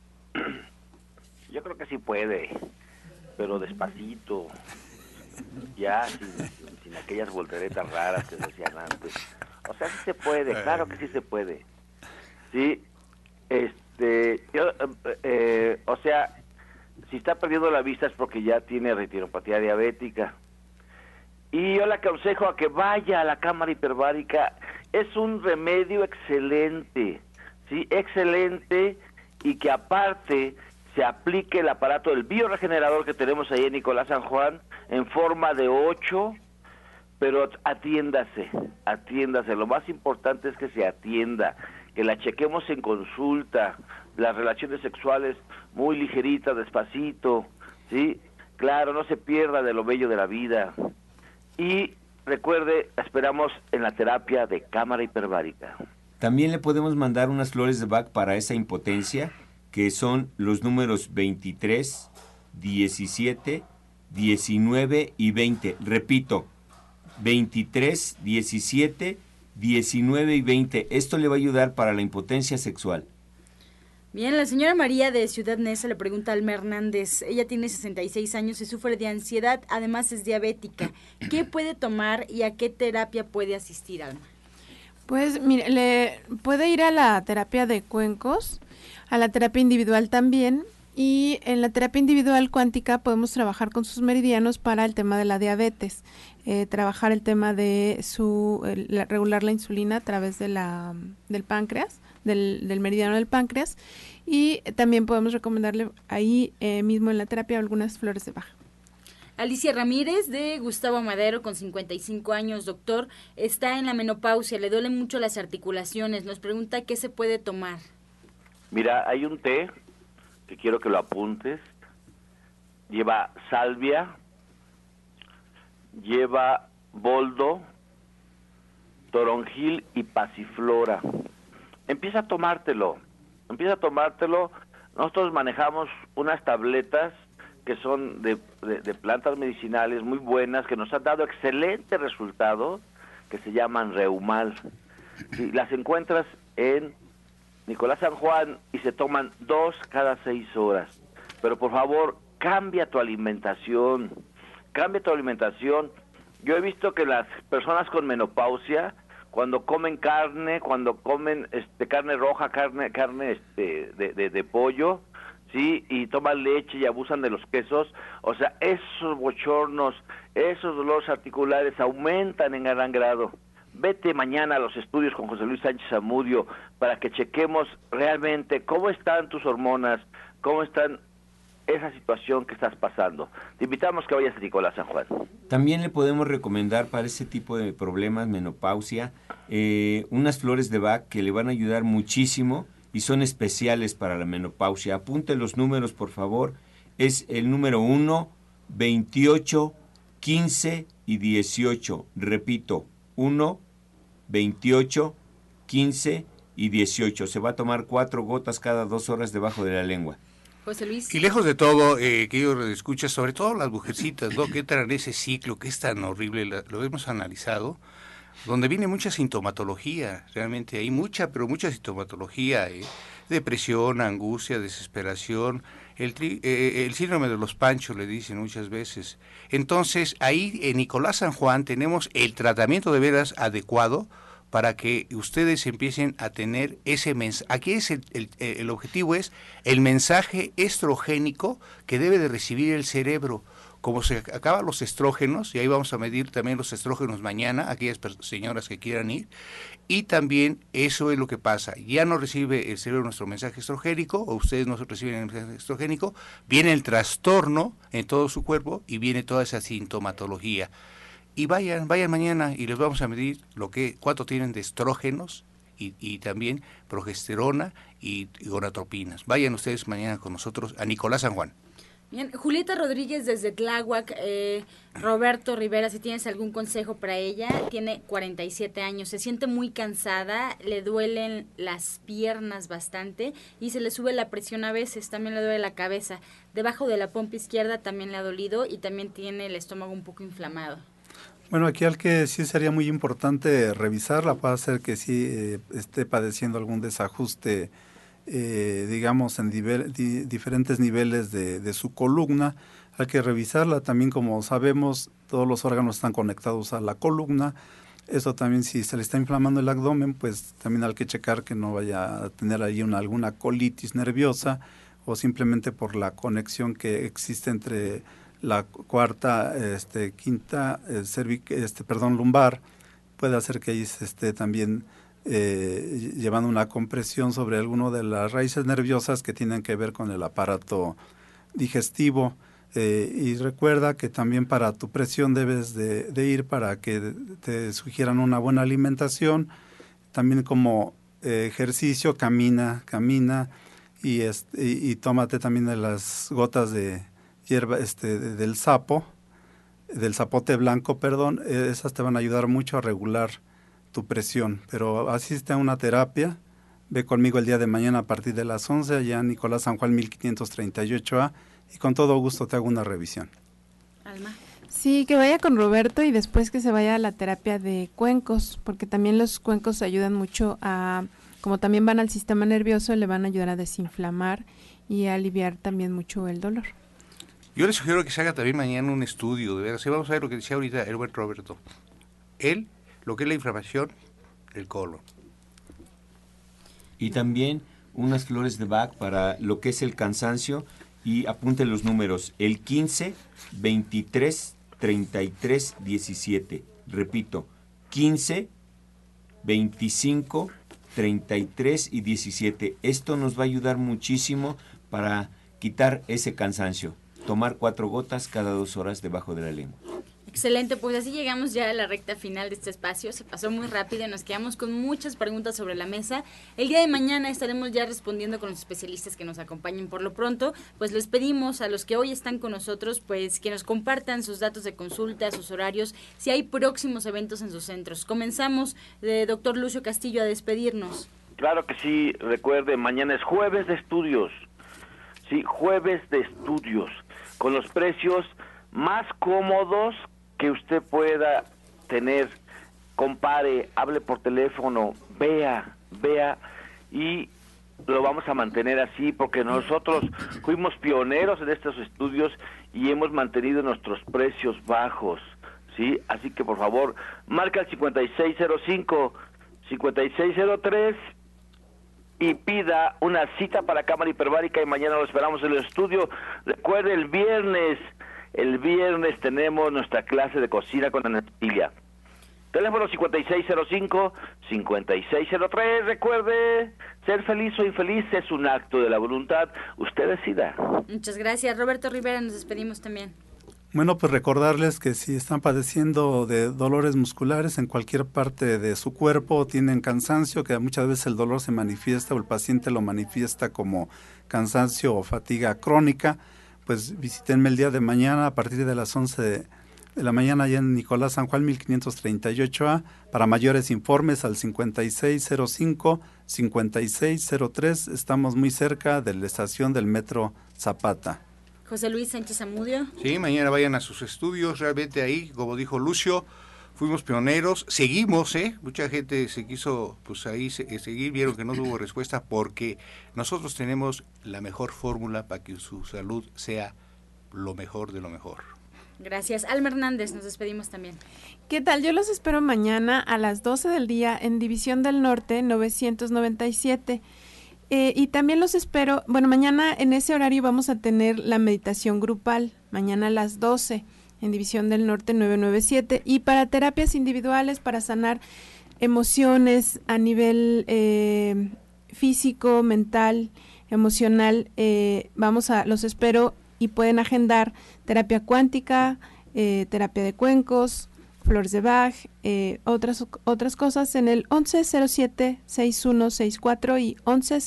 yo creo que sí puede, pero despacito. Ya, sin aquellas volteretas raras que decían antes. O sea, sí se puede, claro que sí se puede. Sí, o sea, si está perdiendo la vista es porque ya tiene retinopatía diabética. Y yo le aconsejo a que vaya a la cámara hiperbárica. Es un remedio excelente, sí, excelente, y que aparte se aplique el aparato del bioregenerador que tenemos ahí en Nicolás San Juan en forma de 8, pero atiéndase. Lo más importante es que se atienda, que la chequemos en consulta, las relaciones sexuales muy ligeritas, despacito, ¿sí? Claro, no se pierda de lo bello de la vida. Y recuerde, esperamos en la terapia de cámara hiperbárica. También le podemos mandar unas flores de Bach para esa impotencia, que son los números 23, 17, 19 y 20. Repito, 23, 17, 19 y 20. Esto le va a ayudar para la impotencia sexual. Bien, la señora María de Ciudad Neza le pregunta a Alma Hernández. Ella tiene 66 años y sufre de ansiedad, además es diabética. ¿Qué puede tomar y a qué terapia puede asistir, Alma? Pues mire, le puede ir a la terapia de cuencos, a la terapia individual también, y en la terapia individual cuántica podemos trabajar con sus meridianos para el tema de la diabetes, trabajar el tema de regular la insulina a través de del páncreas, del meridiano del páncreas, y también podemos recomendarle ahí mismo en la terapia algunas flores de Bach. Alicia Ramírez de Gustavo Madero con 55 años, doctor, está en la menopausia, le duelen mucho las articulaciones, nos pregunta qué se puede tomar. Mira, hay un té que quiero que lo apuntes, lleva salvia, lleva boldo, toronjil y pasiflora. Empieza a tomártelo. Nosotros manejamos unas tabletas que son de plantas medicinales muy buenas, que nos han dado excelentes resultados, que se llaman Reumal. Sí, las encuentras en Nicolás San Juan y se toman 2 cada 6 horas. Pero por favor, cambia tu alimentación. Yo he visto que las personas con menopausia, cuando comen carne, carne roja, carne de pollo, ¿sí? Y toman leche y abusan de los quesos, o sea, esos bochornos, esos dolores articulares aumentan en gran grado. Vete mañana a los estudios con José Luis Sánchez Zamudio para que chequemos realmente cómo están tus hormonas, cómo están esa situación que estás pasando. Te invitamos que vayas a Nicolás San Juan. También le podemos recomendar para ese tipo de problemas, menopausia, unas flores de Bach que le van a ayudar muchísimo y son especiales para la menopausia. Apunte los números, por favor. Es el número 1, 28, 15 y 18. Repito, 1, 28, 15 y 18. Se va a tomar 4 gotas cada 2 horas debajo de la lengua. José Luis. Y lejos de todo, querido escuchas, sobre todo las mujercitas, ¿no? Que entran en ese ciclo que es tan horrible, lo hemos analizado, donde viene mucha sintomatología, realmente hay mucha sintomatología, depresión, angustia, desesperación, el síndrome de los panchos, le dicen muchas veces. Entonces, ahí en Nicolás San Juan tenemos el tratamiento de veras adecuado para que ustedes empiecen a tener ese mensaje. Aquí es el objetivo es el mensaje estrogénico que debe de recibir el cerebro. Como se acaban los estrógenos, y ahí vamos a medir también los estrógenos mañana, aquellas señoras que quieran ir, y también eso es lo que pasa. Ya no recibe el cerebro nuestro mensaje estrogénico, o ustedes no reciben el mensaje estrogénico, viene el trastorno en todo su cuerpo y viene toda esa sintomatología. Y vayan mañana y les vamos a medir cuánto tienen de estrógenos y también progesterona y gonatropinas. Vayan ustedes mañana con nosotros a Nicolás San Juan. Bien, Julieta Rodríguez desde Tláhuac, Roberto Rivera, si tienes algún consejo para ella, tiene 47 años, se siente muy cansada, le duelen las piernas bastante y se le sube la presión a veces, también le duele la cabeza, debajo de la pompa izquierda también le ha dolido y también tiene el estómago un poco inflamado. Bueno, aquí al que sí sería muy importante revisarla, puede ser que sí esté padeciendo algún desajuste, digamos, en diferentes niveles de su columna. Hay que revisarla también, como sabemos, todos los órganos están conectados a la columna. Eso también, si se le está inflamando el abdomen, pues también hay que checar que no vaya a tener ahí alguna colitis nerviosa o simplemente por la conexión que existe entre la cuarta, quinta, lumbar, puede hacer que ahí se esté también llevando una compresión sobre alguna de las raíces nerviosas que tienen que ver con el aparato digestivo. Y recuerda que también para tu presión debes de ir para que te sugieran una buena alimentación, también como ejercicio, camina y tómate también de las gotas de hierba del zapote blanco, esas te van a ayudar mucho a regular tu presión, pero asiste a una terapia, ve conmigo el día de mañana a partir de las 11 allá en Nicolás San Juan 1538A y con todo gusto te hago una revisión. Alma. Sí, que vaya con Roberto y después que se vaya a la terapia de cuencos, porque también los cuencos ayudan mucho como también van al sistema nervioso, le van a ayudar a desinflamar y a aliviar también mucho el dolor. Yo les sugiero que se haga también mañana un estudio, de veras. Vamos a ver lo que decía ahorita el buen Roberto. Lo que es la inflamación del colon. Y también unas flores de Bach para lo que es el cansancio, y apunten los números, el 15, 23, 33, 17. Repito, 15, 25, 33 y 17. Esto nos va a ayudar muchísimo para quitar ese cansancio. Tomar 4 gotas cada 2 horas debajo de la lengua. Excelente, pues así llegamos ya a la recta final de este espacio. Se pasó muy rápido y nos quedamos con muchas preguntas sobre la mesa. El día de mañana estaremos ya respondiendo con los especialistas que nos acompañen. Por lo pronto, pues les pedimos a los que hoy están con nosotros, pues que nos compartan sus datos de consulta, sus horarios, si hay próximos eventos en sus centros. Comenzamos, doctor Lucio Castillo, a despedirnos. Claro que sí, recuerde, mañana es jueves de estudios. Sí, jueves de estudios, con los precios más cómodos que usted pueda tener. Compare, hable por teléfono, vea, y lo vamos a mantener así porque nosotros fuimos pioneros en estos estudios y hemos mantenido nuestros precios bajos, ¿sí? Así que por favor, marca el 5605, 5603 y pida una cita para cámara hiperbárica y mañana lo esperamos en el estudio. Recuerde, el viernes tenemos nuestra clase de cocina con Ana Cecilia. Teléfono 5605-5603. Recuerde, ser feliz o infeliz es un acto de la voluntad. Usted decida. Muchas gracias. Roberto Rivera, nos despedimos también. Bueno, pues recordarles que si están padeciendo de dolores musculares en cualquier parte de su cuerpo o tienen cansancio, que muchas veces el dolor se manifiesta o el paciente lo manifiesta como cansancio o fatiga crónica, pues visítenme el día de mañana a partir de las 11 de la mañana allá en Nicolás San Juan 1538A. Para mayores informes al 5605-5603. Estamos muy cerca de la estación del Metro Zapata. José Luis Sánchez Zamudio. Sí, mañana vayan a sus estudios, realmente ahí, como dijo Lucio, fuimos pioneros, seguimos, mucha gente se quiso pues ahí seguir, vieron que no tuvo respuesta porque nosotros tenemos la mejor fórmula para que su salud sea lo mejor de lo mejor. Gracias. Alma Hernández, nos despedimos también. ¿Qué tal? Yo los espero mañana a las 12 del día en División del Norte 997. Y también los espero, bueno, mañana en ese horario vamos a tener la meditación grupal, mañana a las 12 en División del Norte 997, y para terapias individuales, para sanar emociones a nivel físico, mental, emocional, los espero y pueden agendar terapia cuántica, terapia de cuencos, flores de Bach, otras cosas en el 1107-6164 y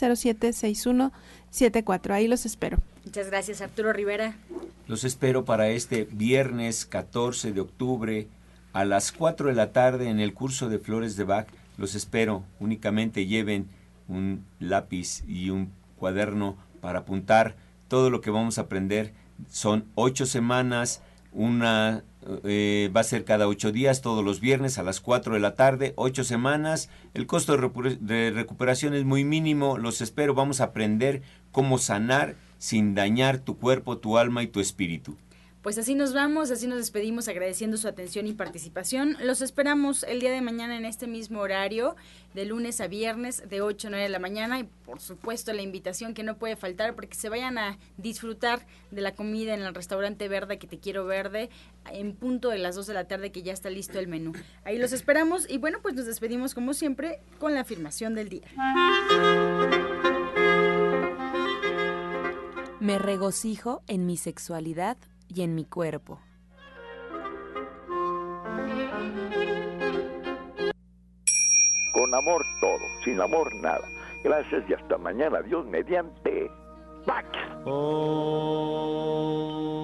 1107-6174. Ahí los espero. Muchas gracias, Arturo Rivera. Los espero para este viernes 14 de octubre a las 4 de la tarde en el curso de Flores de Bach. Los espero. Únicamente lleven un lápiz y un cuaderno para apuntar todo lo que vamos a aprender. Son 8 semanas, va a ser cada 8 días, todos los viernes a las 4 de la tarde, 8 semanas. El costo de recuperación es muy mínimo. Los espero. Vamos a aprender cómo sanar sin dañar tu cuerpo, tu alma y tu espíritu. Pues así nos vamos, así nos despedimos agradeciendo su atención y participación. Los esperamos el día de mañana en este mismo horario, de lunes a viernes, de 8 a 9 de la mañana. Y por supuesto la invitación que no puede faltar, porque se vayan a disfrutar de la comida en el restaurante Verde, que te quiero verde, en punto de las 2 de la tarde, que ya está listo el menú. Ahí los esperamos y bueno, pues nos despedimos como siempre con la afirmación del día. Me regocijo en mi sexualidad y en mi cuerpo. Con amor todo, sin amor nada. Gracias y hasta mañana. Dios mediante. ¡Pax!